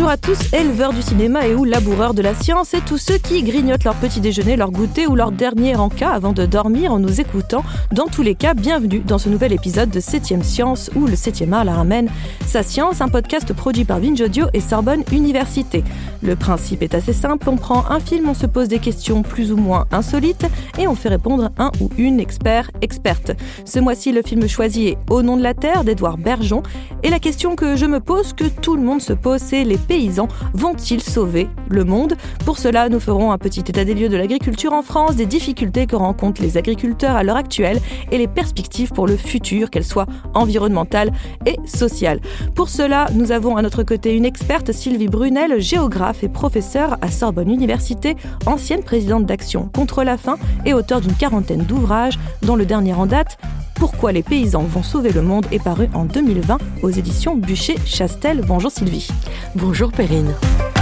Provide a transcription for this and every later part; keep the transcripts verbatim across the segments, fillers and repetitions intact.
Bonjour à tous, éleveurs du cinéma et ou laboureurs de la science et tous ceux qui grignotent leur petit déjeuner, leur goûter ou leur dernier encas avant de dormir en nous écoutant. Dans tous les cas, bienvenue dans ce nouvel épisode de septième Science où le septième art la ramène sa science, un podcast produit par Binge Audio et Sorbonne Université. Le principe est assez simple, on prend un film, on se pose des questions plus ou moins insolites et on fait répondre un ou une expert, experte. Ce mois-ci, le film choisi est Au nom de la Terre d'Édouard Bergeon et la question que je me pose, que tout le monde se pose, c'est les paysans vont-ils sauver le monde ? Pour cela, nous ferons un petit état des lieux de l'agriculture en France, des difficultés que rencontrent les agriculteurs à l'heure actuelle et les perspectives pour le futur, qu'elles soient environnementales et sociales. Pour cela, nous avons à notre côté une experte, Sylvie Brunel, géographe et professeure à Sorbonne Université, ancienne présidente d'Action contre la faim et auteure d'une quarantaine d'ouvrages, dont le dernier en date, Pourquoi les paysans vont sauver le monde, est paru en deux mille vingt aux éditions Buchet-Chastel. Bonjour Sylvie. Bonjour Perrine.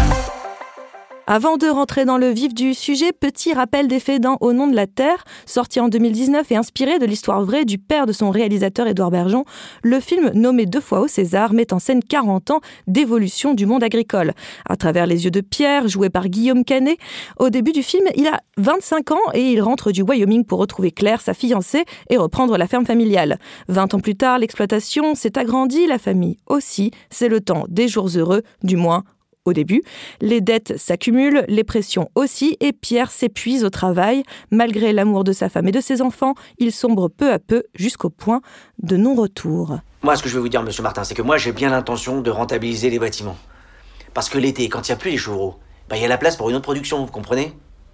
Avant de rentrer dans le vif du sujet, petit rappel des faits dans Au nom de la Terre, sorti en deux mille dix-neuf et inspiré de l'histoire vraie du père de son réalisateur Édouard Bergeon. Le film, nommé deux fois au César, met en scène quarante ans d'évolution du monde agricole. À travers les yeux de Pierre, joué par Guillaume Canet, au début du film, il a vingt-cinq ans et il rentre du Wyoming pour retrouver Claire, sa fiancée, et reprendre la ferme familiale. vingt ans plus tard, l'exploitation s'est agrandie, la famille aussi. C'est le temps des jours heureux, du moins au début. Les dettes s'accumulent, les pressions aussi, et Pierre s'épuise au travail. Malgré l'amour de sa femme et de ses enfants, il sombre peu à peu jusqu'au point de non-retour. Moi, ce que je veux vous dire, monsieur Martin, c'est que moi, j'ai bien l'intention de rentabiliser les bâtiments. Parce que l'été, quand il n'y a plus les chevreaux, bah, il y a la place pour une autre production, vous comprenez ?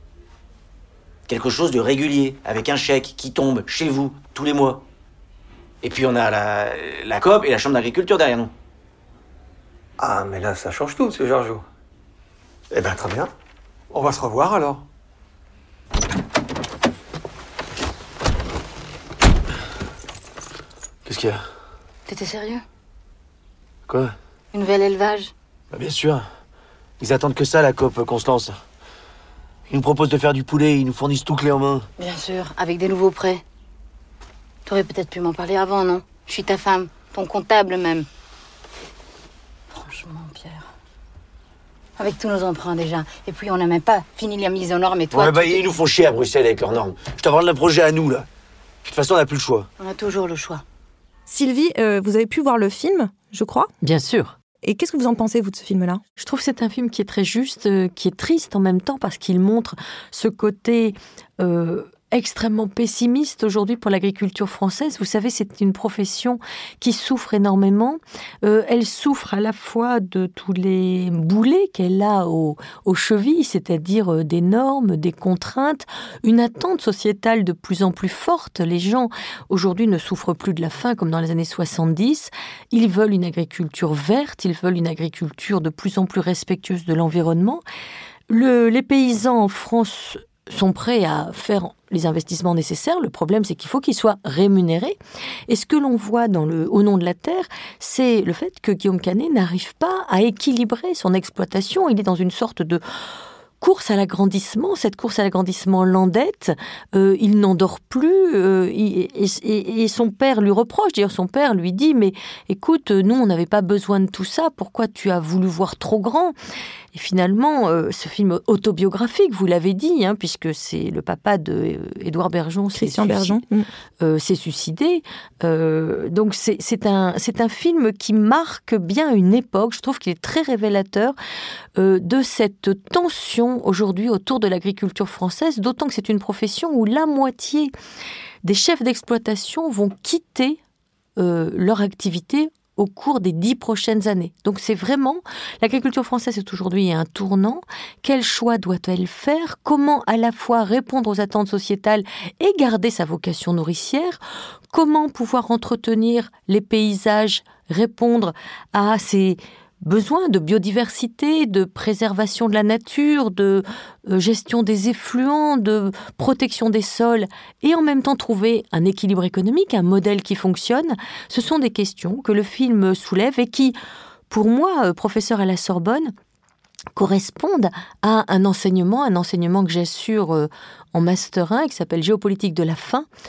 Quelque chose de régulier, avec un chèque qui tombe chez vous tous les mois. Et puis on a la, la coop et la chambre d'agriculture derrière nous. Ah, mais là, ça change tout, monsieur Georgiou. Eh ben, très bien. On va se revoir, alors. Qu'est-ce qu'il y a ? T'étais sérieux ? Quoi ? Une nouvelle élevage ? Bah bien sûr. Ils attendent que ça, la coop, qu'on se lance. Ils nous proposent de faire du poulet, ils nous fournissent tout clé en main. Bien sûr, avec des nouveaux prêts. T'aurais peut-être pu m'en parler avant, non ? Je suis ta femme, ton comptable même. Franchement, Pierre. Avec tous nos emprunts déjà. Et puis on n'a même pas fini la mise aux normes et toi... Ouais, bah tu... ils nous font chier à Bruxelles avec leurs normes. Je te vends le projet à nous, là. De toute façon, on n'a plus le choix. On a toujours le choix. Sylvie, euh, vous avez pu voir le film, je crois ? Bien sûr. Et qu'est-ce que vous en pensez, vous, de ce film-là ? Je trouve que c'est un film qui est très juste, euh, qui est triste en même temps, parce qu'il montre ce côté euh, extrêmement pessimiste aujourd'hui pour l'agriculture française. Vous savez, c'est une profession qui souffre énormément. Euh, elle souffre à la fois de tous les boulets qu'elle a au, aux chevilles, c'est-à-dire euh, des normes, des contraintes, une attente sociétale de plus en plus forte. Les gens, aujourd'hui, ne souffrent plus de la faim comme dans les années soixante-dix. Ils veulent une agriculture verte, ils veulent une agriculture de plus en plus respectueuse de l'environnement. Le, les paysans en France sont prêts à faire les investissements nécessaires. Le problème, c'est qu'il faut qu'ils soient rémunérés. Et ce que l'on voit dans le Au nom de la Terre, c'est le fait que Guillaume Canet n'arrive pas à équilibrer son exploitation. Il est dans une sorte de course à l'agrandissement. Cette course à l'agrandissement l'endette. Euh, il n'endort plus. Euh, et, et, et son père lui reproche. D'ailleurs, son père lui dit « Mais écoute, nous, on n'avait pas besoin de tout ça. Pourquoi tu as voulu voir trop grand ?» Et finalement, euh, ce film autobiographique, vous l'avez dit, hein, puisque c'est le papa d'Édouard Bergeon, Christian Bergeon, euh, s'est suicidé. Euh, donc c'est, c'est, un, c'est un film qui marque bien une époque. Je trouve qu'il est très révélateur euh, de cette tension aujourd'hui autour de l'agriculture française, d'autant que c'est une profession où la moitié des chefs d'exploitation vont quitter euh, leur activité au cours des dix prochaines années. Donc c'est vraiment, l'agriculture française est aujourd'hui un tournant. Quel choix doit-elle faire ? Comment à la fois répondre aux attentes sociétales et garder sa vocation nourricière ? Comment pouvoir entretenir les paysages, répondre à ces besoin de biodiversité, de préservation de la nature, de euh, gestion des effluents, de protection des sols, et en même temps trouver un équilibre économique, un modèle qui fonctionne. Ce sont des questions que le film soulève et qui, pour moi, euh, professeur à la Sorbonne, correspondent à un enseignement, un enseignement que j'assure euh, en Master un, qui s'appelle Géopolitique de la faim,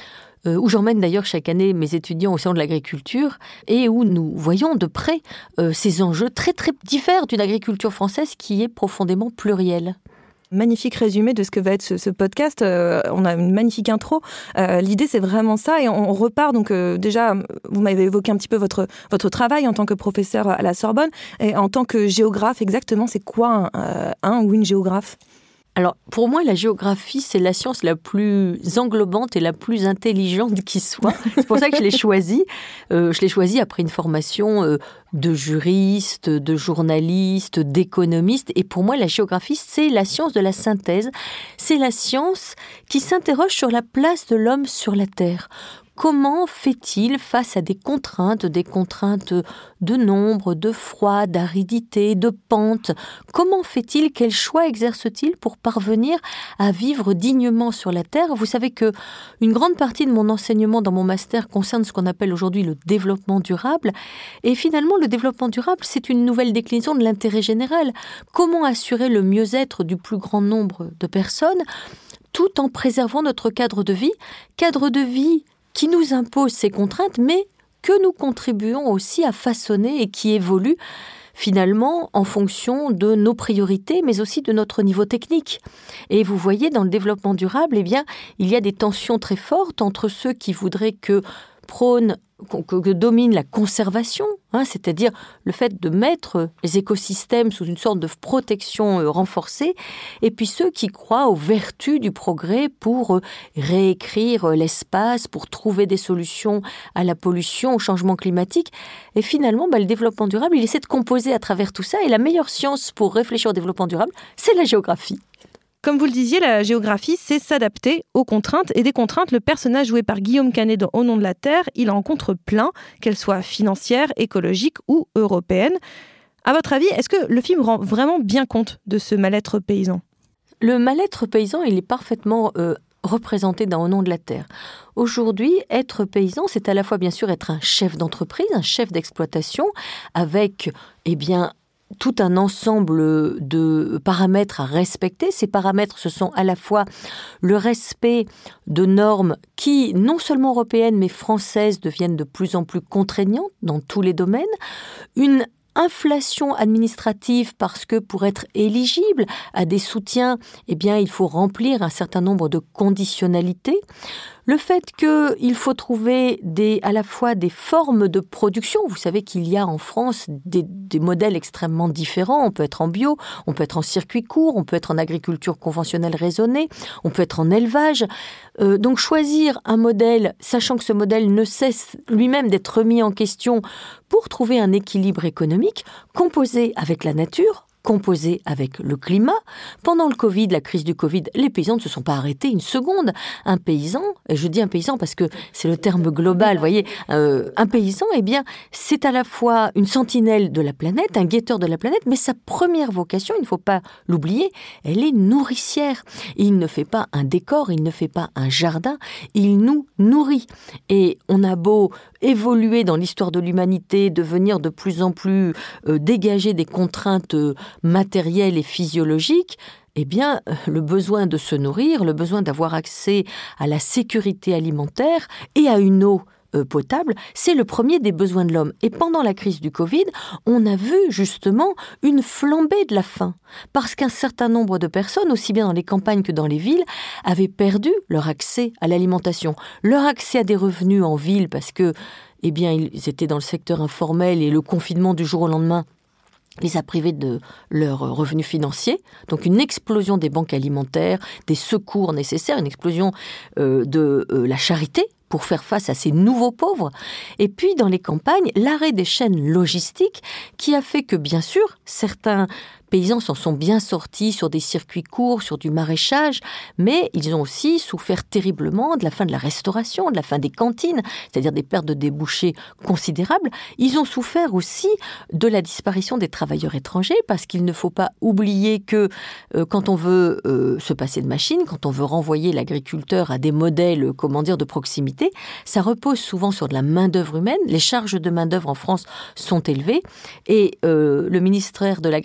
euh, où j'emmène d'ailleurs chaque année mes étudiants au salon de l'agriculture et où nous voyons de près euh, ces enjeux très très divers d'une agriculture française qui est profondément plurielle. Magnifique résumé de ce que va être ce, ce podcast. Euh, on a une magnifique intro. Euh, l'idée, c'est vraiment ça. Et on, on repart. Donc, euh, déjà, vous m'avez évoqué un petit peu votre, votre travail en tant que professeur à la Sorbonne. Et en tant que géographe, exactement, c'est quoi un, un ou une géographe ? Alors, pour moi, la géographie, c'est la science la plus englobante et la plus intelligente qui soit. C'est pour ça que je l'ai choisie. Euh, je l'ai choisie après une formation euh, de juriste, de journaliste, d'économiste. Et pour moi, la géographie, c'est la science de la synthèse. C'est la science qui s'interroge sur la place de l'homme sur la Terre. Comment fait-il face à des contraintes, des contraintes de nombre, de froid, d'aridité, de pente ? Comment fait-il, quel choix exerce-t-il pour parvenir à vivre dignement sur la Terre ? Vous savez que une grande partie de mon enseignement dans mon master concerne ce qu'on appelle aujourd'hui le développement durable. Et finalement, le développement durable, c'est une nouvelle déclinaison de l'intérêt général. Comment assurer le mieux-être du plus grand nombre de personnes tout en préservant notre cadre de vie ? Cadre de vie qui nous impose ces contraintes, mais que nous contribuons aussi à façonner et qui évolue finalement en fonction de nos priorités, mais aussi de notre niveau technique. Et vous voyez, dans le développement durable, eh bien, il y a des tensions très fortes entre ceux qui voudraient que prône Que, que domine la conservation, hein, c'est-à-dire le fait de mettre les écosystèmes sous une sorte de protection euh, renforcée, et puis ceux qui croient aux vertus du progrès pour euh, réécrire euh, l'espace, pour trouver des solutions à la pollution, au changement climatique. Et finalement, bah, le développement durable, il essaie de composer à travers tout ça, et la meilleure science pour réfléchir au développement durable, c'est la géographie. Comme vous le disiez, la géographie, c'est s'adapter aux contraintes. Et des contraintes, le personnage joué par Guillaume Canet dans Au nom de la Terre, il en rencontre plein, qu'elles soient financières, écologiques ou européennes. À votre avis, est-ce que le film rend vraiment bien compte de ce mal-être paysan ? Le mal-être paysan, il est parfaitement euh, représenté dans Au nom de la Terre. Aujourd'hui, être paysan, c'est à la fois bien sûr être un chef d'entreprise, un chef d'exploitation, avec, eh bien, tout un ensemble de paramètres à respecter. Ces paramètres, ce sont à la fois le respect de normes qui, non seulement européennes, mais françaises, deviennent de plus en plus contraignantes dans tous les domaines, une inflation administrative parce que pour être éligible à des soutiens, eh bien, il faut remplir un certain nombre de conditionnalités. Le fait qu'il faut trouver des, à la fois des formes de production. Vous savez qu'il y a en France des, des modèles extrêmement différents. On peut être en bio, on peut être en circuit court, on peut être en agriculture conventionnelle raisonnée, on peut être en élevage. Euh, donc choisir un modèle, sachant que ce modèle ne cesse lui-même d'être remis en question pour trouver un équilibre économique, composé avec la nature, composé avec le climat. Pendant le Covid, la crise du Covid, les paysans ne se sont pas arrêtés une seconde. Un paysan, et je dis un paysan parce que c'est le terme global, vous voyez, euh, un paysan, eh bien, c'est à la fois une sentinelle de la planète, un guetteur de la planète, mais sa première vocation, il ne faut pas l'oublier, elle est nourricière. Il ne fait pas un décor, il ne fait pas un jardin, il nous nourrit. Et on a beau évoluer dans l'histoire de l'humanité, devenir de plus en plus euh, dégager des contraintes euh, matérielles et physiologiques, eh bien, le besoin de se nourrir, le besoin d'avoir accès à la sécurité alimentaire et à une eau euh, potable, c'est le premier des besoins de l'homme. Et pendant la crise du Covid, on a vu justement une flambée de la faim, parce qu'un certain nombre de personnes, aussi bien dans les campagnes que dans les villes, avaient perdu leur accès à l'alimentation, leur accès à des revenus en ville, parce que, eh bien, ils étaient dans le secteur informel et le confinement du jour au lendemain les a privés de leurs revenus financiers, donc une explosion des banques alimentaires, des secours nécessaires, une explosion euh, de euh, la charité pour faire face à ces nouveaux pauvres. Et puis, dans les campagnes, l'arrêt des chaînes logistiques qui a fait que, bien sûr, certains paysans s'en sont bien sortis sur des circuits courts, sur du maraîchage, mais ils ont aussi souffert terriblement de la fin de la restauration, de la fin des cantines, c'est-à-dire des pertes de débouchés considérables. Ils ont souffert aussi de la disparition des travailleurs étrangers, parce qu'il ne faut pas oublier que euh, quand on veut euh, se passer de machine, quand on veut renvoyer l'agriculteur à des modèles, comment dire, de proximité, ça repose souvent sur de la main-d'œuvre humaine. Les charges de main-d'œuvre en France sont élevées et euh, le ministère de l'Agriculture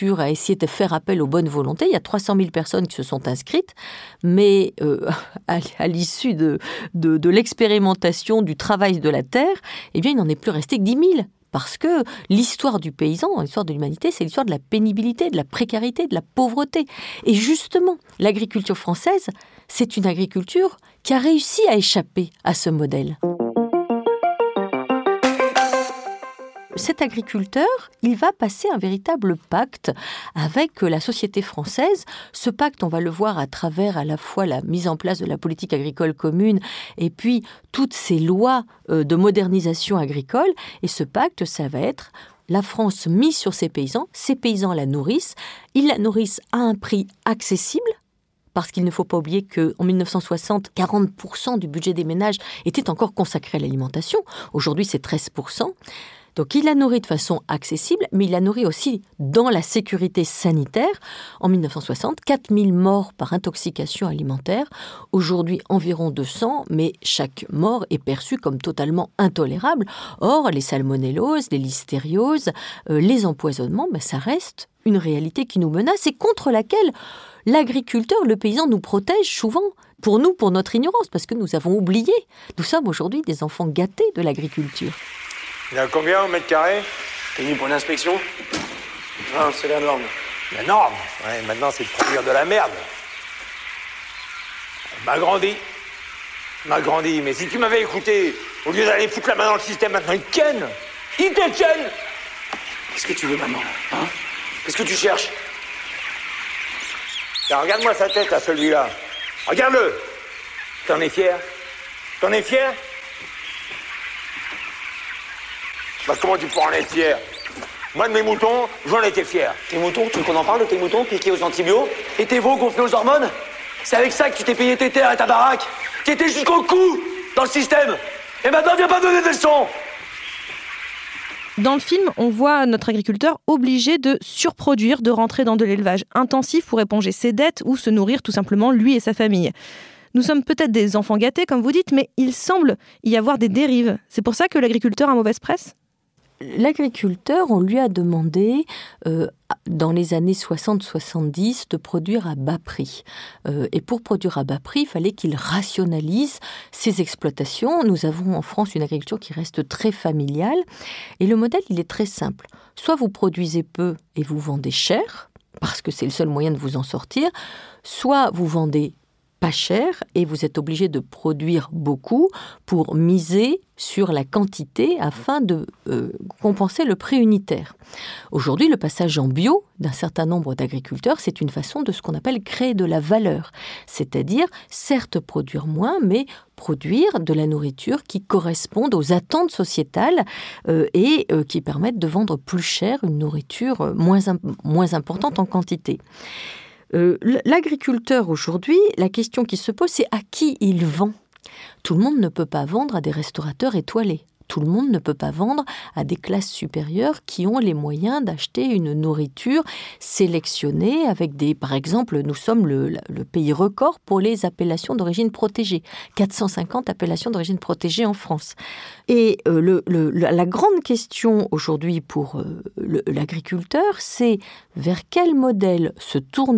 l'agriculture a essayé de faire appel aux bonnes volontés. Il y a trois cent mille personnes qui se sont inscrites, mais euh, à, à l'issue de, de, de l'expérimentation du travail de la terre, eh bien, il n'en est plus resté que dix mille. Parce que l'histoire du paysan, l'histoire de l'humanité, c'est l'histoire de la pénibilité, de la précarité, de la pauvreté. Et justement, l'agriculture française, c'est une agriculture qui a réussi à échapper à ce modèle. Cet agriculteur, il va passer un véritable pacte avec la société française. Ce pacte, on va le voir à travers à la fois la mise en place de la politique agricole commune et puis toutes ces lois de modernisation agricole. Et ce pacte, ça va être la France mise sur ses paysans. Ces paysans la nourrissent. Ils la nourrissent à un prix accessible. Parce qu'il ne faut pas oublier qu'en dix-neuf cent soixante, quarante pour cent du budget des ménages était encore consacré à l'alimentation. Aujourd'hui, c'est treize pour cent. Donc il la nourrit de façon accessible, mais il la nourrit aussi dans la sécurité sanitaire. En dix-neuf cent soixante, quatre mille morts par intoxication alimentaire. Aujourd'hui, environ deux cents, mais chaque mort est perçue comme totalement intolérable. Or, les salmonelloses, les listérioses, euh, les empoisonnements, ben, ça reste une réalité qui nous menace et contre laquelle l'agriculteur, le paysan nous protège souvent. Pour nous, pour notre ignorance, parce que nous avons oublié. Nous sommes aujourd'hui des enfants gâtés de l'agriculture. Il y a combien au mètre carré? T'es venu pour l'inspection? Non, c'est la norme. La norme? Ouais, maintenant c'est de produire de la merde. M'a grandi. M'a grandi. Mais si tu m'avais écouté, au lieu d'aller foutre la main dans le système, maintenant ils te tiennent. Ils te tiennent. Qu'est-ce que tu veux maintenant, hein? Qu'est-ce que tu cherches? Tiens, regarde-moi sa tête à celui-là. Regarde-le. T'en es fier? T'en es fier? Bah comment tu pourras en être fier? Moi de mes moutons, j'en étais fier. Tes moutons, tu veux qu'on en parle de tes moutons piqués aux antibiotiques? Et tes veaux gonflés aux hormones? C'est avec ça que tu t'es payé tes terres et ta baraque? Qui était jusqu'au cou dans le système? Et maintenant, viens pas me donner des leçons! Dans le film, on voit notre agriculteur obligé de surproduire, de rentrer dans de l'élevage intensif pour éponger ses dettes ou se nourrir tout simplement lui et sa famille. Nous sommes peut-être des enfants gâtés, comme vous dites, mais il semble y avoir des dérives. C'est pour ça que l'agriculteur a mauvaise presse ? L'agriculteur, on lui a demandé, euh, dans les années soixante soixante-dix, de produire à bas prix. Euh, et pour produire à bas prix, il fallait qu'il rationalise ses exploitations. Nous avons en France une agriculture qui reste très familiale. Et le modèle, il est très simple. Soit vous produisez peu et vous vendez cher, parce que c'est le seul moyen de vous en sortir, soit vous vendez pas cher et vous êtes obligé de produire beaucoup pour miser sur la quantité afin de euh, compenser le prix unitaire. Aujourd'hui, le passage en bio d'un certain nombre d'agriculteurs, c'est une façon de ce qu'on appelle créer de la valeur. C'est-à-dire, certes, produire moins, mais produire de la nourriture qui corresponde aux attentes sociétales euh, et euh, qui permettent de vendre plus cher une nourriture moins, imp- moins importante en quantité. Euh, l'agriculteur aujourd'hui, la question qui se pose, c'est à qui il vend. Tout le monde ne peut pas vendre à des restaurateurs étoilés. Tout le monde ne peut pas vendre à des classes supérieures qui ont les moyens d'acheter une nourriture sélectionnée avec des... Par exemple, nous sommes le, le pays record pour les appellations d'origine protégée. quatre cent cinquante appellations d'origine protégée en France. Et euh, le, le, la grande question aujourd'hui pour euh, le, l'agriculteur, c'est vers quel modèle se tourne-t-il ?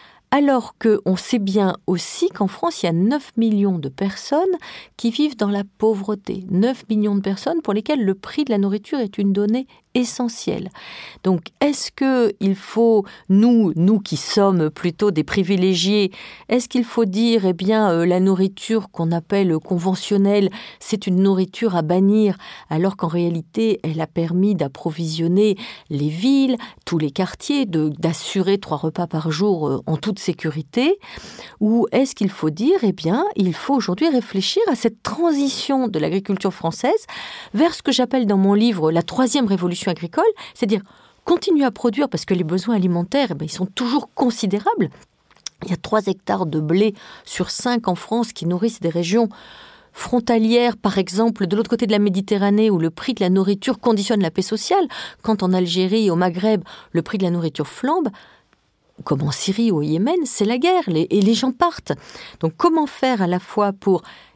Alors qu'on sait bien aussi qu'en France, il y a neuf millions de personnes qui vivent dans la pauvreté. neuf millions de personnes pour lesquelles le prix de la nourriture est une donnée essentielle. Donc, est-ce qu'il faut, nous, nous qui sommes plutôt des privilégiés, est-ce qu'il faut dire, eh bien, euh, la nourriture qu'on appelle conventionnelle, c'est une nourriture à bannir, alors qu'en réalité, elle a permis d'approvisionner les villes, tous les quartiers, de, d'assurer trois repas par jour euh, en toute sécurité? Ou est-ce qu'il faut dire, eh bien, il faut aujourd'hui réfléchir à cette transition de l'agriculture française vers ce que j'appelle dans mon livre la troisième révolution agricole, c'est-à-dire continuer à produire parce que les besoins alimentaires, eh bien, ils sont toujours considérables. Il y a trois hectares de blé sur cinq en France qui nourrissent des régions frontalières, par exemple, de l'autre côté de la Méditerranée, où le prix de la nourriture conditionne la paix sociale. Quand en Algérie et au Maghreb, le prix de la nourriture flambe, comme en Syrie ou au Yémen, c'est la guerre les, et les gens partent. Donc comment faire à la fois pour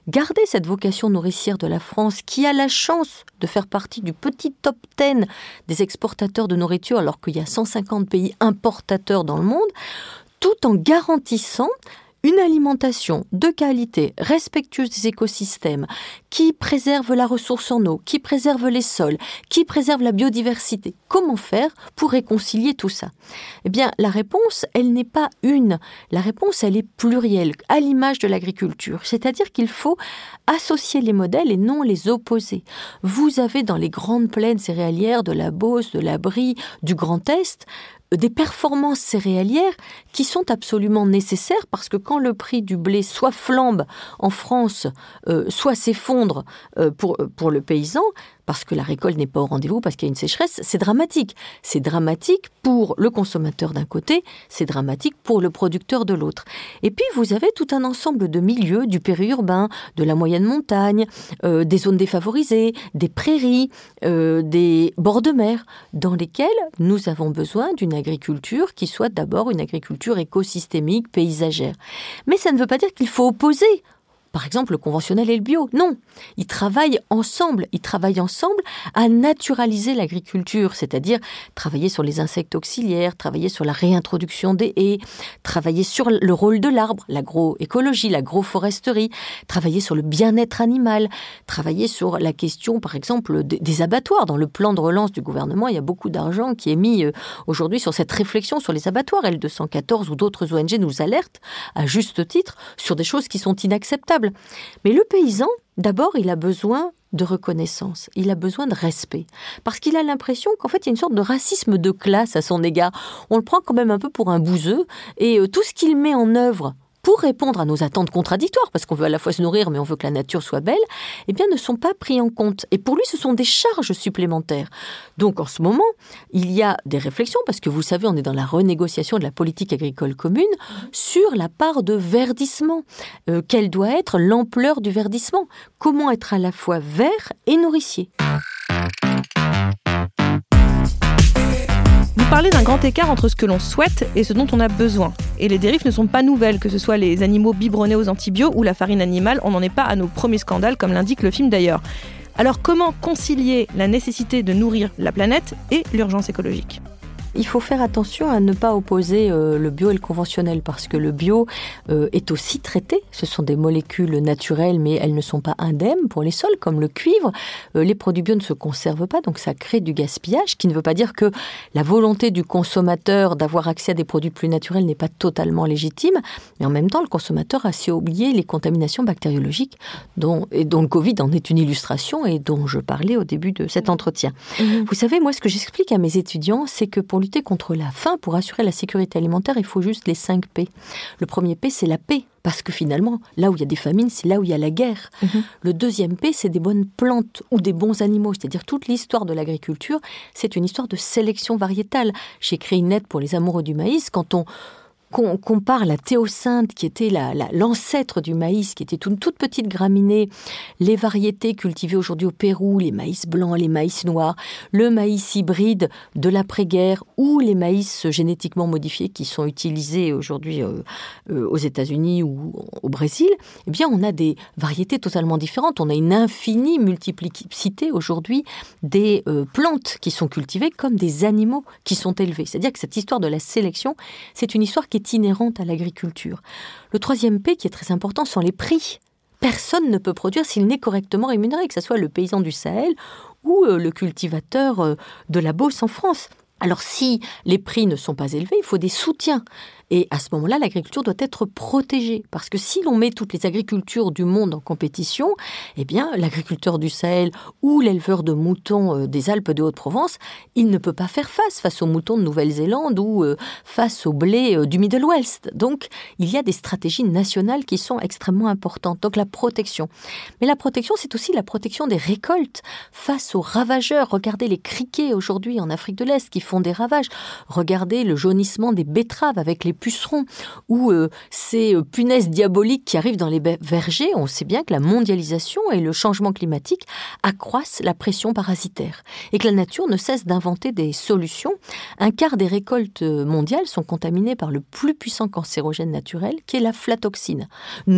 garder cette vocation nourricière de la France, qui a la chance de faire partie du petit top dix des exportateurs de nourriture, alors qu'il y a cent cinquante pays importateurs dans le monde, tout en garantissant une alimentation de qualité, respectueuse des écosystèmes, qui préserve la ressource en eau, qui préserve les sols, qui préserve la biodiversité. Comment faire pour réconcilier tout ça ? Eh bien, la réponse, elle n'est pas une. La réponse, elle est plurielle, à l'image de l'agriculture. C'est-à-dire qu'il faut associer les modèles et non les opposer. Vous avez dans les grandes plaines céréalières de la Beauce, de la Brie, du Grand Est, des performances céréalières qui sont absolument nécessaires parce que quand le prix du blé soit flambe en France, euh, soit s'effondre euh, pour, pour le paysan, parce que la récolte n'est pas au rendez-vous, parce qu'il y a une sécheresse, c'est dramatique. C'est dramatique pour le consommateur d'un côté, c'est dramatique pour le producteur de l'autre. Et puis, vous avez tout un ensemble de milieux, du périurbain, de la moyenne montagne, euh, des zones défavorisées, des prairies, euh, des bords de mer, dans lesquels nous avons besoin d'une agriculture qui soit d'abord une agriculture écosystémique, paysagère. Mais ça ne veut pas dire qu'il faut opposer par exemple le conventionnel et le bio. Non, ils travaillent ensemble, ils travaillent ensemble à naturaliser l'agriculture, c'est-à-dire travailler sur les insectes auxiliaires, travailler sur la réintroduction des haies, travailler sur le rôle de l'arbre, l'agroécologie, l'agroforesterie, travailler sur le bien-être animal, travailler sur la question, par exemple, des abattoirs. Dans le plan de relance du gouvernement, il y a beaucoup d'argent qui est mis aujourd'hui sur cette réflexion sur les abattoirs. L deux cent quatorze ou d'autres O N G nous alertent, à juste titre, sur des choses qui sont inacceptables. Mais le paysan, d'abord, il a besoin de reconnaissance, il a besoin de respect, parce qu'il a l'impression qu'en fait, il y a une sorte de racisme de classe à son égard. On le prend quand même un peu pour un bouseux, et tout ce qu'il met en œuvre pour répondre à nos attentes contradictoires, parce qu'on veut à la fois se nourrir, mais on veut que la nature soit belle, eh bien, ne sont pas pris en compte. Et pour lui, ce sont des charges supplémentaires. Donc, en ce moment, il y a des réflexions, parce que vous savez, on est dans la renégociation de la politique agricole commune, sur la part de verdissement. Euh, quelle doit être l'ampleur du verdissement ? Comment être à la fois vert et nourricier ? Vous parlez d'un grand écart entre ce que l'on souhaite et ce dont on a besoin. Et les dérives ne sont pas nouvelles, que ce soit les animaux biberonnés aux antibiotiques ou la farine animale, on n'en est pas à nos premiers scandales, comme l'indique le film d'ailleurs. Alors comment concilier la nécessité de nourrir la planète et l'urgence écologique ? Il faut faire attention à ne pas opposer euh, le bio et le conventionnel, parce que le bio euh, est aussi traité. Ce sont des molécules naturelles, mais elles ne sont pas indemnes pour les sols, comme le cuivre. Euh, les produits bio ne se conservent pas, donc ça crée du gaspillage, qui ne veut pas dire que la volonté du consommateur d'avoir accès à des produits plus naturels n'est pas totalement légitime. Mais en même temps, le consommateur a aussi oublié les contaminations bactériologiques, dont, et dont le Covid en est une illustration et dont je parlais au début de cet entretien. Mmh. Vous savez, moi, ce que j'explique à mes étudiants, c'est que pour lutter contre la faim, pour assurer la sécurité alimentaire, il faut juste les cinq P. Le premier P, c'est la paix, parce que finalement, là où il y a des famines, c'est là où il y a la guerre. Mmh. Le deuxième P, c'est des bonnes plantes ou des bons animaux, c'est-à-dire toute l'histoire de l'agriculture, c'est une histoire de sélection variétale. J'ai créé une lettre pour les amoureux du maïs, quand on qu'on compare la théocinthe, qui était la, la, l'ancêtre du maïs, qui était une toute petite graminée, les variétés cultivées aujourd'hui au Pérou, les maïs blancs, les maïs noirs, le maïs hybride de l'après-guerre ou les maïs génétiquement modifiés qui sont utilisés aujourd'hui euh, euh, aux États-Unis ou au Brésil, eh bien, on a des variétés totalement différentes. On a une infinie multiplicité aujourd'hui des euh, plantes qui sont cultivées comme des animaux qui sont élevés. C'est-à-dire que cette histoire de la sélection, c'est une histoire qui est inhérente à l'agriculture. Le troisième P, qui est très important, sont les prix. Personne ne peut produire s'il n'est correctement rémunéré, que ce soit le paysan du Sahel ou euh, le cultivateur euh, de la Beauce en France. Alors si les prix ne sont pas élevés, il faut des soutiens. Et à ce moment-là, l'agriculture doit être protégée. Parce que si l'on met toutes les agricultures du monde en compétition, eh bien, l'agriculteur du Sahel ou l'éleveur de moutons des Alpes de Haute-Provence, il ne peut pas faire face face aux moutons de Nouvelle-Zélande ou face au blé du Middle West. Donc, il y a des stratégies nationales qui sont extrêmement importantes. Donc, la protection. Mais la protection, c'est aussi la protection des récoltes face aux ravageurs. Regardez les criquets aujourd'hui en Afrique de l'Est qui font des ravages. Regardez le jaunissement des betteraves avec les pucerons ou euh, ces euh, punaises diaboliques qui arrivent dans les vergers. On sait bien que la mondialisation et le changement climatique accroissent la pression parasitaire et que la nature ne cesse d'inventer des solutions. Un quart des récoltes mondiales sont contaminées par le plus puissant cancérogène naturel qui est l'aflatoxine. Nous,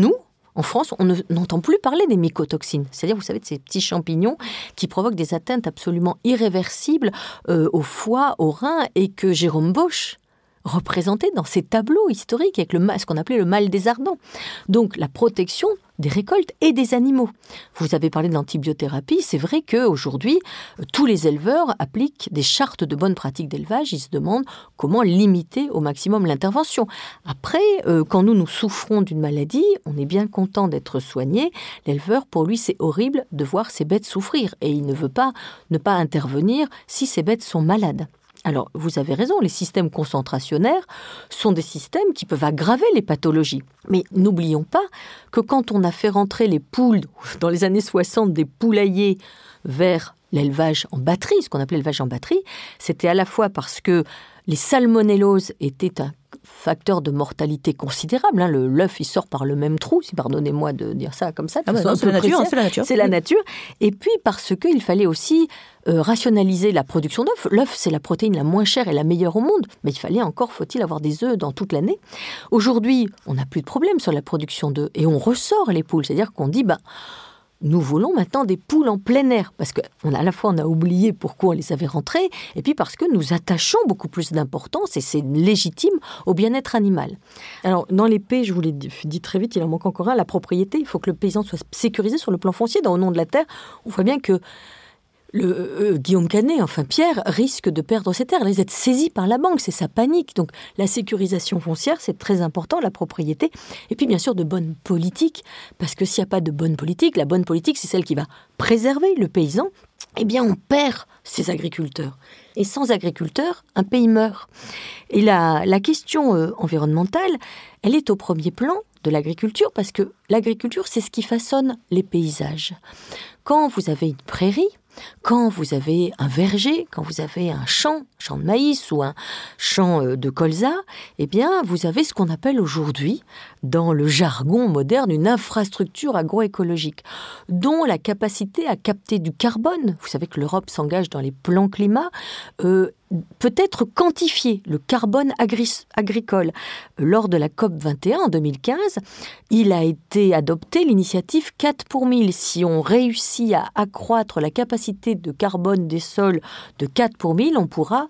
En France, on ne, n'entend plus parler des mycotoxines. C'est-à-dire, vous savez, de ces petits champignons qui provoquent des atteintes absolument irréversibles euh, au foie, aux reins, et que Jérôme Bosch représentait dans ses tableaux historiques avec le, ce qu'on appelait le mal des ardents. Donc, la protection des récoltes et des animaux. Vous avez parlé de l'antibiothérapie. C'est vrai qu'aujourd'hui, tous les éleveurs appliquent des chartes de bonnes pratiques d'élevage. Ils se demandent comment limiter au maximum l'intervention. Après, euh, quand nous, nous souffrons d'une maladie, on est bien content d'être soigné. L'éleveur, pour lui, c'est horrible de voir ses bêtes souffrir. Et il ne veut pas ne pas intervenir si ses bêtes sont malades. Alors, vous avez raison, les systèmes concentrationnaires sont des systèmes qui peuvent aggraver les pathologies. Mais n'oublions pas que quand on a fait rentrer les poules, dans les années soixante, des poulaillers vers l'élevage en batterie, ce qu'on appelait l'élevage en batterie, c'était à la fois parce que les salmonelloses étaient un facteur de mortalité considérable. Hein. Le, l'œuf, il sort par le même trou, si pardonnez-moi de dire ça comme ça. Ah bah non, c'est, la nature, c'est la nature. C'est la nature. Et puis parce qu'il fallait aussi euh, rationaliser la production d'œufs. L'œuf, c'est la protéine la moins chère et la meilleure au monde. Mais il fallait encore, faut-il, avoir des œufs dans toute l'année. Aujourd'hui, on n'a plus de problème sur la production d'œufs. Et on ressort les poules. C'est-à-dire qu'on dit... bah, nous voulons maintenant des poules en plein air, parce qu'à la fois on a oublié pourquoi on les avait rentrées, et puis parce que nous attachons beaucoup plus d'importance, et c'est légitime, au bien-être animal. Alors, dans les P, je vous l'ai dit très vite, il en manque encore un, la propriété. Il faut que le paysan soit sécurisé sur le plan foncier. Dans Au nom de la terre, on voit bien que Le, euh, Guillaume Canet, enfin Pierre, risque de perdre ses terres. Ils être saisis par la banque, c'est sa panique. Donc la sécurisation foncière, c'est très important, la propriété. Et puis bien sûr de bonne politique, parce que s'il n'y a pas de bonne politique, la bonne politique, c'est celle qui va préserver le paysan. Eh bien, on perd ses agriculteurs. Et sans agriculteurs, un pays meurt. Et la, la question euh, environnementale, elle est au premier plan de l'agriculture, parce que l'agriculture, c'est ce qui façonne les paysages. Quand vous avez une prairie, quand vous avez un verger, quand vous avez un champ, champ de maïs ou un champ de colza, eh bien, vous avez ce qu'on appelle aujourd'hui, dans le jargon moderne, une infrastructure agroécologique, dont la capacité à capter du carbone, vous savez que l'Europe s'engage dans les plans climat, euh, peut être quantifié, le carbone agri- agricole. Lors de la C O P vingt et un en deux mille quinze, il a été adopté l'initiative quatre pour mille. Si on réussit à accroître la capacité de carbone des sols de quatre pour mille, on pourra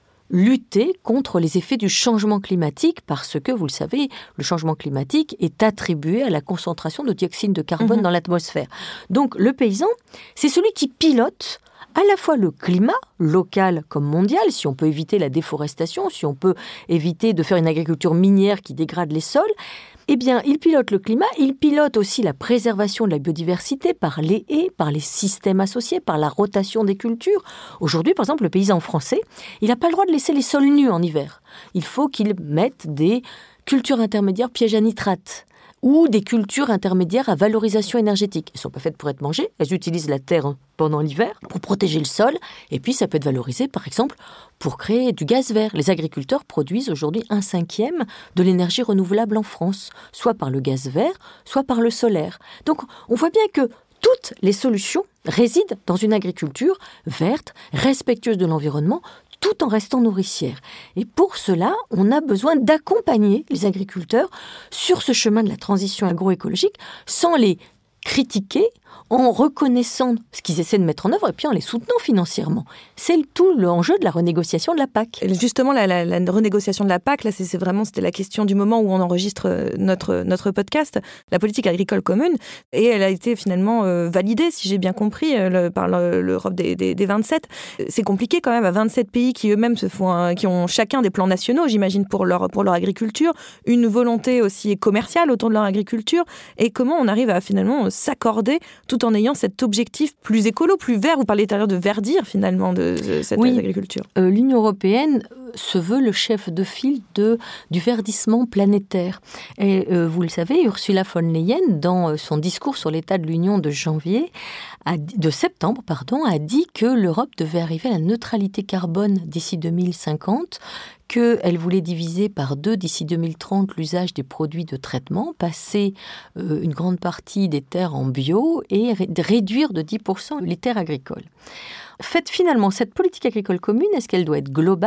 lutter contre les effets du changement climatique, parce que, vous le savez, le changement climatique est attribué à la concentration de dioxyde de carbone mmh. dans l'atmosphère. Donc le paysan, c'est celui qui pilote à la fois le climat, local comme mondial, si on peut éviter la déforestation, si on peut éviter de faire une agriculture minière qui dégrade les sols, eh bien, il pilote le climat, il pilote aussi la préservation de la biodiversité par les haies, par les systèmes associés, par la rotation des cultures. Aujourd'hui, par exemple, le paysan français, il n'a pas le droit de laisser les sols nus en hiver. Il faut qu'il mette des cultures intermédiaires pièges à nitrate, ou des cultures intermédiaires à valorisation énergétique. Elles ne sont pas faites pour être mangées, elles utilisent la terre pendant l'hiver pour protéger le sol, et puis ça peut être valorisé, par exemple, pour créer du gaz vert. Les agriculteurs produisent aujourd'hui un cinquième de l'énergie renouvelable en France, soit par le gaz vert, soit par le solaire. Donc on voit bien que toutes les solutions résident dans une agriculture verte, respectueuse de l'environnement, tout en restant nourricière. Et pour cela, on a besoin d'accompagner les agriculteurs sur ce chemin de la transition agroécologique, sans les critiquer, en reconnaissant ce qu'ils essaient de mettre en œuvre et puis en les soutenant financièrement. C'est tout l'enjeu de la renégociation de la P A C. Et justement, la, la, la renégociation de la P A C, là, c'est, c'est vraiment, c'était la question du moment où on enregistre notre, notre podcast, la politique agricole commune, et elle a été finalement euh, validée, si j'ai bien compris, euh, le, par le, l'Europe des, des, des vingt-sept. C'est compliqué quand même, à vingt-sept pays qui eux-mêmes se font, un, qui ont chacun des plans nationaux, j'imagine, pour leur, pour leur agriculture, une volonté aussi commerciale autour de leur agriculture, et comment on arrive à finalement s'accorder tout en ayant cet objectif plus écolo, plus vert. Vous parlez tout à l'heure de verdir finalement de, de cette oui, agriculture. Euh, L'Union européenne se veut le chef de file de, du verdissement planétaire. Et euh, vous le savez, Ursula von Leyen, dans son discours sur l'état de l'Union de janvier, a, de septembre, pardon, a dit que l'Europe devait arriver à la neutralité carbone d'ici deux mille cinquante, qu'elle voulait diviser par deux d'ici deux mille trente l'usage des produits de traitement, passer euh, une grande partie des terres en bio et ré- réduire de dix pour cent les terres agricoles. Faites finalement cette politique agricole commune, est-ce qu'elle doit être globale ?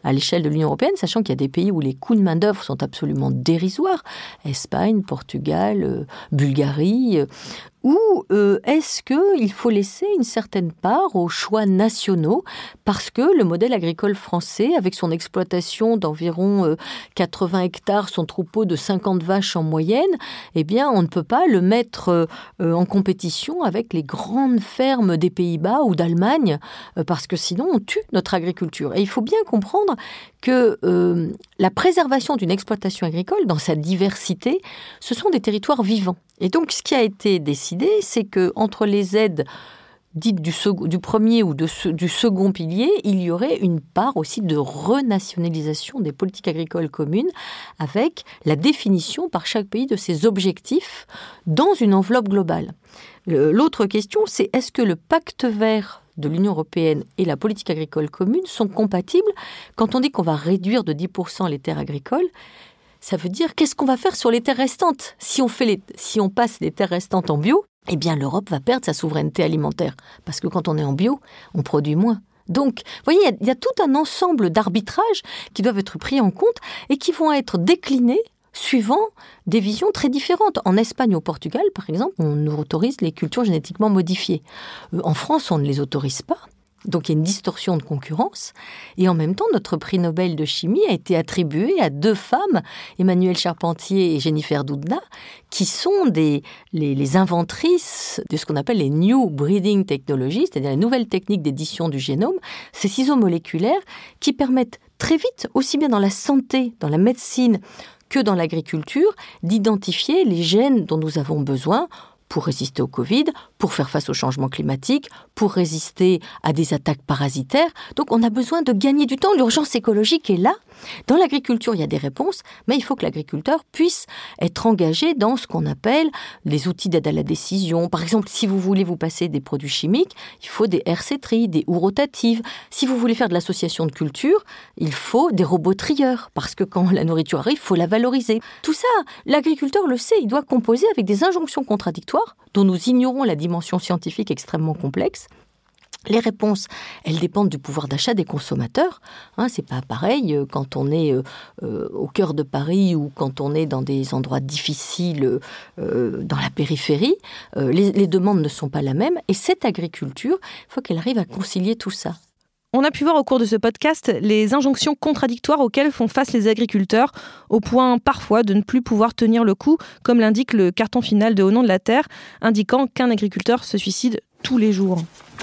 à l'échelle de l'Union européenne, sachant qu'il y a des pays où les coûts de main-d'œuvre sont absolument dérisoires, Espagne, Portugal, euh, Bulgarie, euh, ou euh, est-ce qu'il faut laisser une certaine part aux choix nationaux parce que le modèle agricole français, avec son exploitation d'environ euh, quatre-vingts hectares, son troupeau de cinquante vaches en moyenne, eh bien, on ne peut pas le mettre euh, en compétition avec les grandes fermes des Pays-Bas ou d'Allemagne, euh, parce que sinon on tue notre agriculture. Et il faut bien comprendre que euh, la préservation d'une exploitation agricole, dans sa diversité, ce sont des territoires vivants. Et donc, ce qui a été décidé, c'est qu'entre les aides dites du, second, du premier ou de, du second pilier, il y aurait une part aussi de renationalisation des politiques agricoles communes avec la définition par chaque pays de ses objectifs dans une enveloppe globale. Le, l'autre question, c'est est-ce que le pacte vert de l'Union européenne et la politique agricole commune sont compatibles? Quand on dit qu'on va réduire de dix pour cent les terres agricoles, ça veut dire qu'est-ce qu'on va faire sur les terres restantes? Si on, fait les, si on passe les terres restantes en bio, eh bien l'Europe va perdre sa souveraineté alimentaire. Parce que quand on est en bio, on produit moins. Donc, vous voyez, il y, y a tout un ensemble d'arbitrages qui doivent être pris en compte et qui vont être déclinés suivant des visions très différentes. En Espagne ou au Portugal, par exemple, on autorise les cultures génétiquement modifiées. Euh, en France, on ne les autorise pas. Donc il y a une distorsion de concurrence. Et en même temps, notre prix Nobel de chimie a été attribué à deux femmes, Emmanuelle Charpentier et Jennifer Doudna, qui sont des, les, les inventrices de ce qu'on appelle les New Breeding Technologies, c'est-à-dire les nouvelles techniques d'édition du génome, ces ciseaux moléculaires qui permettent très vite, aussi bien dans la santé, dans la médecine, que dans l'agriculture, d'identifier les gènes dont nous avons besoin pour résister au Covid, pour faire face au changement climatique, pour résister à des attaques parasitaires. Donc on a besoin de gagner du temps. L'urgence écologique est là. Dans l'agriculture, il y a des réponses, mais il faut que l'agriculteur puisse être engagé dans ce qu'on appelle les outils d'aide à la décision. Par exemple, si vous voulez vous passer des produits chimiques, il faut des R C tri, des houes rotatives. Si vous voulez faire de l'association de culture, il faut des robots trieurs, parce que quand la nourriture arrive, il faut la valoriser. Tout ça, l'agriculteur le sait, il doit composer avec des injonctions contradictoires dont nous ignorons la dimension scientifique extrêmement complexe. Les réponses, elles dépendent du pouvoir d'achat des consommateurs. Hein, c'est pas pareil quand on est euh, euh, au cœur de Paris ou quand on est dans des endroits difficiles euh, dans la périphérie. Euh, les, les demandes ne sont pas la même. Et cette agriculture, il faut qu'elle arrive à concilier tout ça. On a pu voir au cours de ce podcast les injonctions contradictoires auxquelles font face les agriculteurs, au point parfois de ne plus pouvoir tenir le coup, comme l'indique le carton final de Au nom de la terre, indiquant qu'un agriculteur se suicide tous les jours.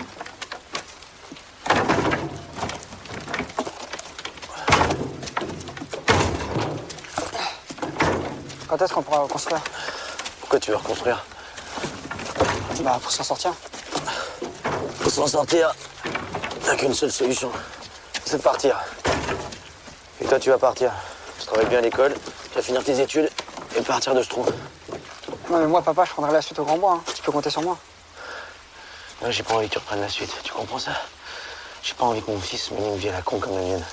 Quand est-ce qu'on pourra reconstruire? Pourquoi tu veux reconstruire? Bah, pour s'en sortir. Pour s'en sortir, t'as qu'une seule solution, c'est de partir. Et toi, tu vas partir. Tu travailles bien à l'école, tu vas finir tes études et partir de ce trou. Non, mais moi, papa, je prendrai la suite au Grand Bois. Hein. Tu peux compter sur moi. Non, j'ai pas envie que tu reprennes la suite. Tu comprends ça? J'ai pas envie que mon fils mène une vie à la con comme la mienne.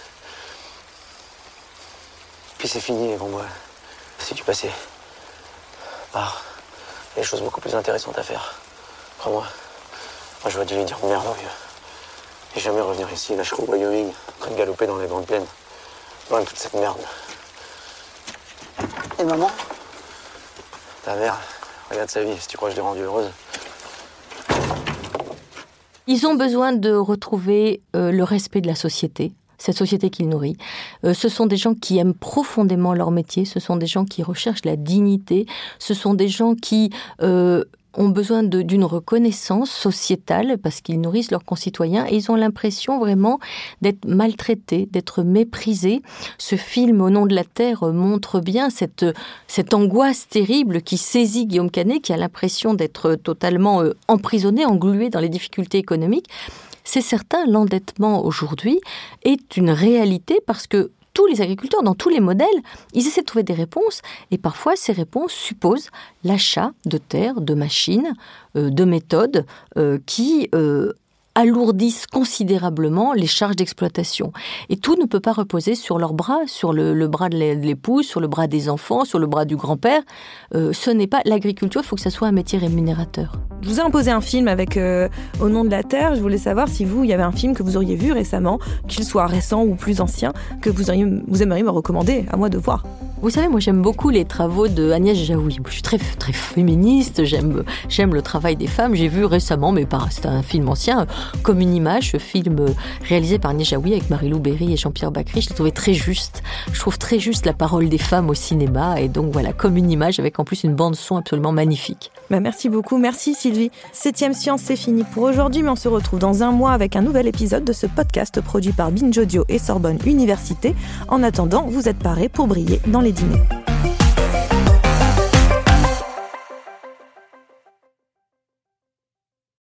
Puis c'est fini, les Grands Bois. Si tu passais par des choses beaucoup plus intéressantes à faire. Crois-moi. Moi, j'aurais dû lui dire merde, vieux. Et jamais revenir ici, lâcher au Wyoming, en train de galoper dans les grandes plaines. Loin de toute cette merde. Et maman? Ta mère, regarde sa vie, si tu crois que je l'ai rendue heureuse. Ils ont besoin de retrouver euh, le respect de la société, cette société qu'ils nourrissent. Euh, ce sont des gens qui aiment profondément leur métier, ce sont des gens qui recherchent la dignité, ce sont des gens qui euh, ont besoin de, d'une reconnaissance sociétale parce qu'ils nourrissent leurs concitoyens et ils ont l'impression vraiment d'être maltraités, d'être méprisés. Ce film Au nom de la terre montre bien cette, cette angoisse terrible qui saisit Guillaume Canet, qui a l'impression d'être totalement euh, emprisonné, englué dans les difficultés économiques. C'est certain, l'endettement aujourd'hui est une réalité parce que tous les agriculteurs, dans tous les modèles, ils essaient de trouver des réponses et parfois ces réponses supposent l'achat de terres, de machines, euh, de méthodes euh, qui euh, alourdissent considérablement les charges d'exploitation. Et tout ne peut pas reposer sur leurs bras, sur le, le bras de l'épouse, sur le bras des enfants, sur le bras du grand-père. Euh, ce n'est pas l'agriculture, il faut que ça soit un métier rémunérateur. Je vous ai imposé un film avec euh, Au nom de la terre. Je voulais savoir si vous, il y avait un film que vous auriez vu récemment, qu'il soit récent ou plus ancien, que vous, auriez, vous aimeriez me recommander, à moi de voir. Vous savez, moi j'aime beaucoup les travaux de Agnès Jaoui. Je suis très, très féministe, j'aime, j'aime le travail des femmes. J'ai vu récemment, mais pas, c'est un film ancien, Comme une image, ce film réalisé par Agnès Jaoui avec Marie-Lou Berry et Jean-Pierre Bacry. Je l'ai trouvé très juste. Je trouve très juste la parole des femmes au cinéma. Et donc voilà, Comme une image, avec en plus une bande-son absolument magnifique. Bah merci beaucoup, merci Sylvie. Septième Science, c'est fini pour aujourd'hui, mais on se retrouve dans un mois avec un nouvel épisode de ce podcast produit par Binge Audio et Sorbonne Université. En attendant, vous êtes parés pour briller dans les dîners.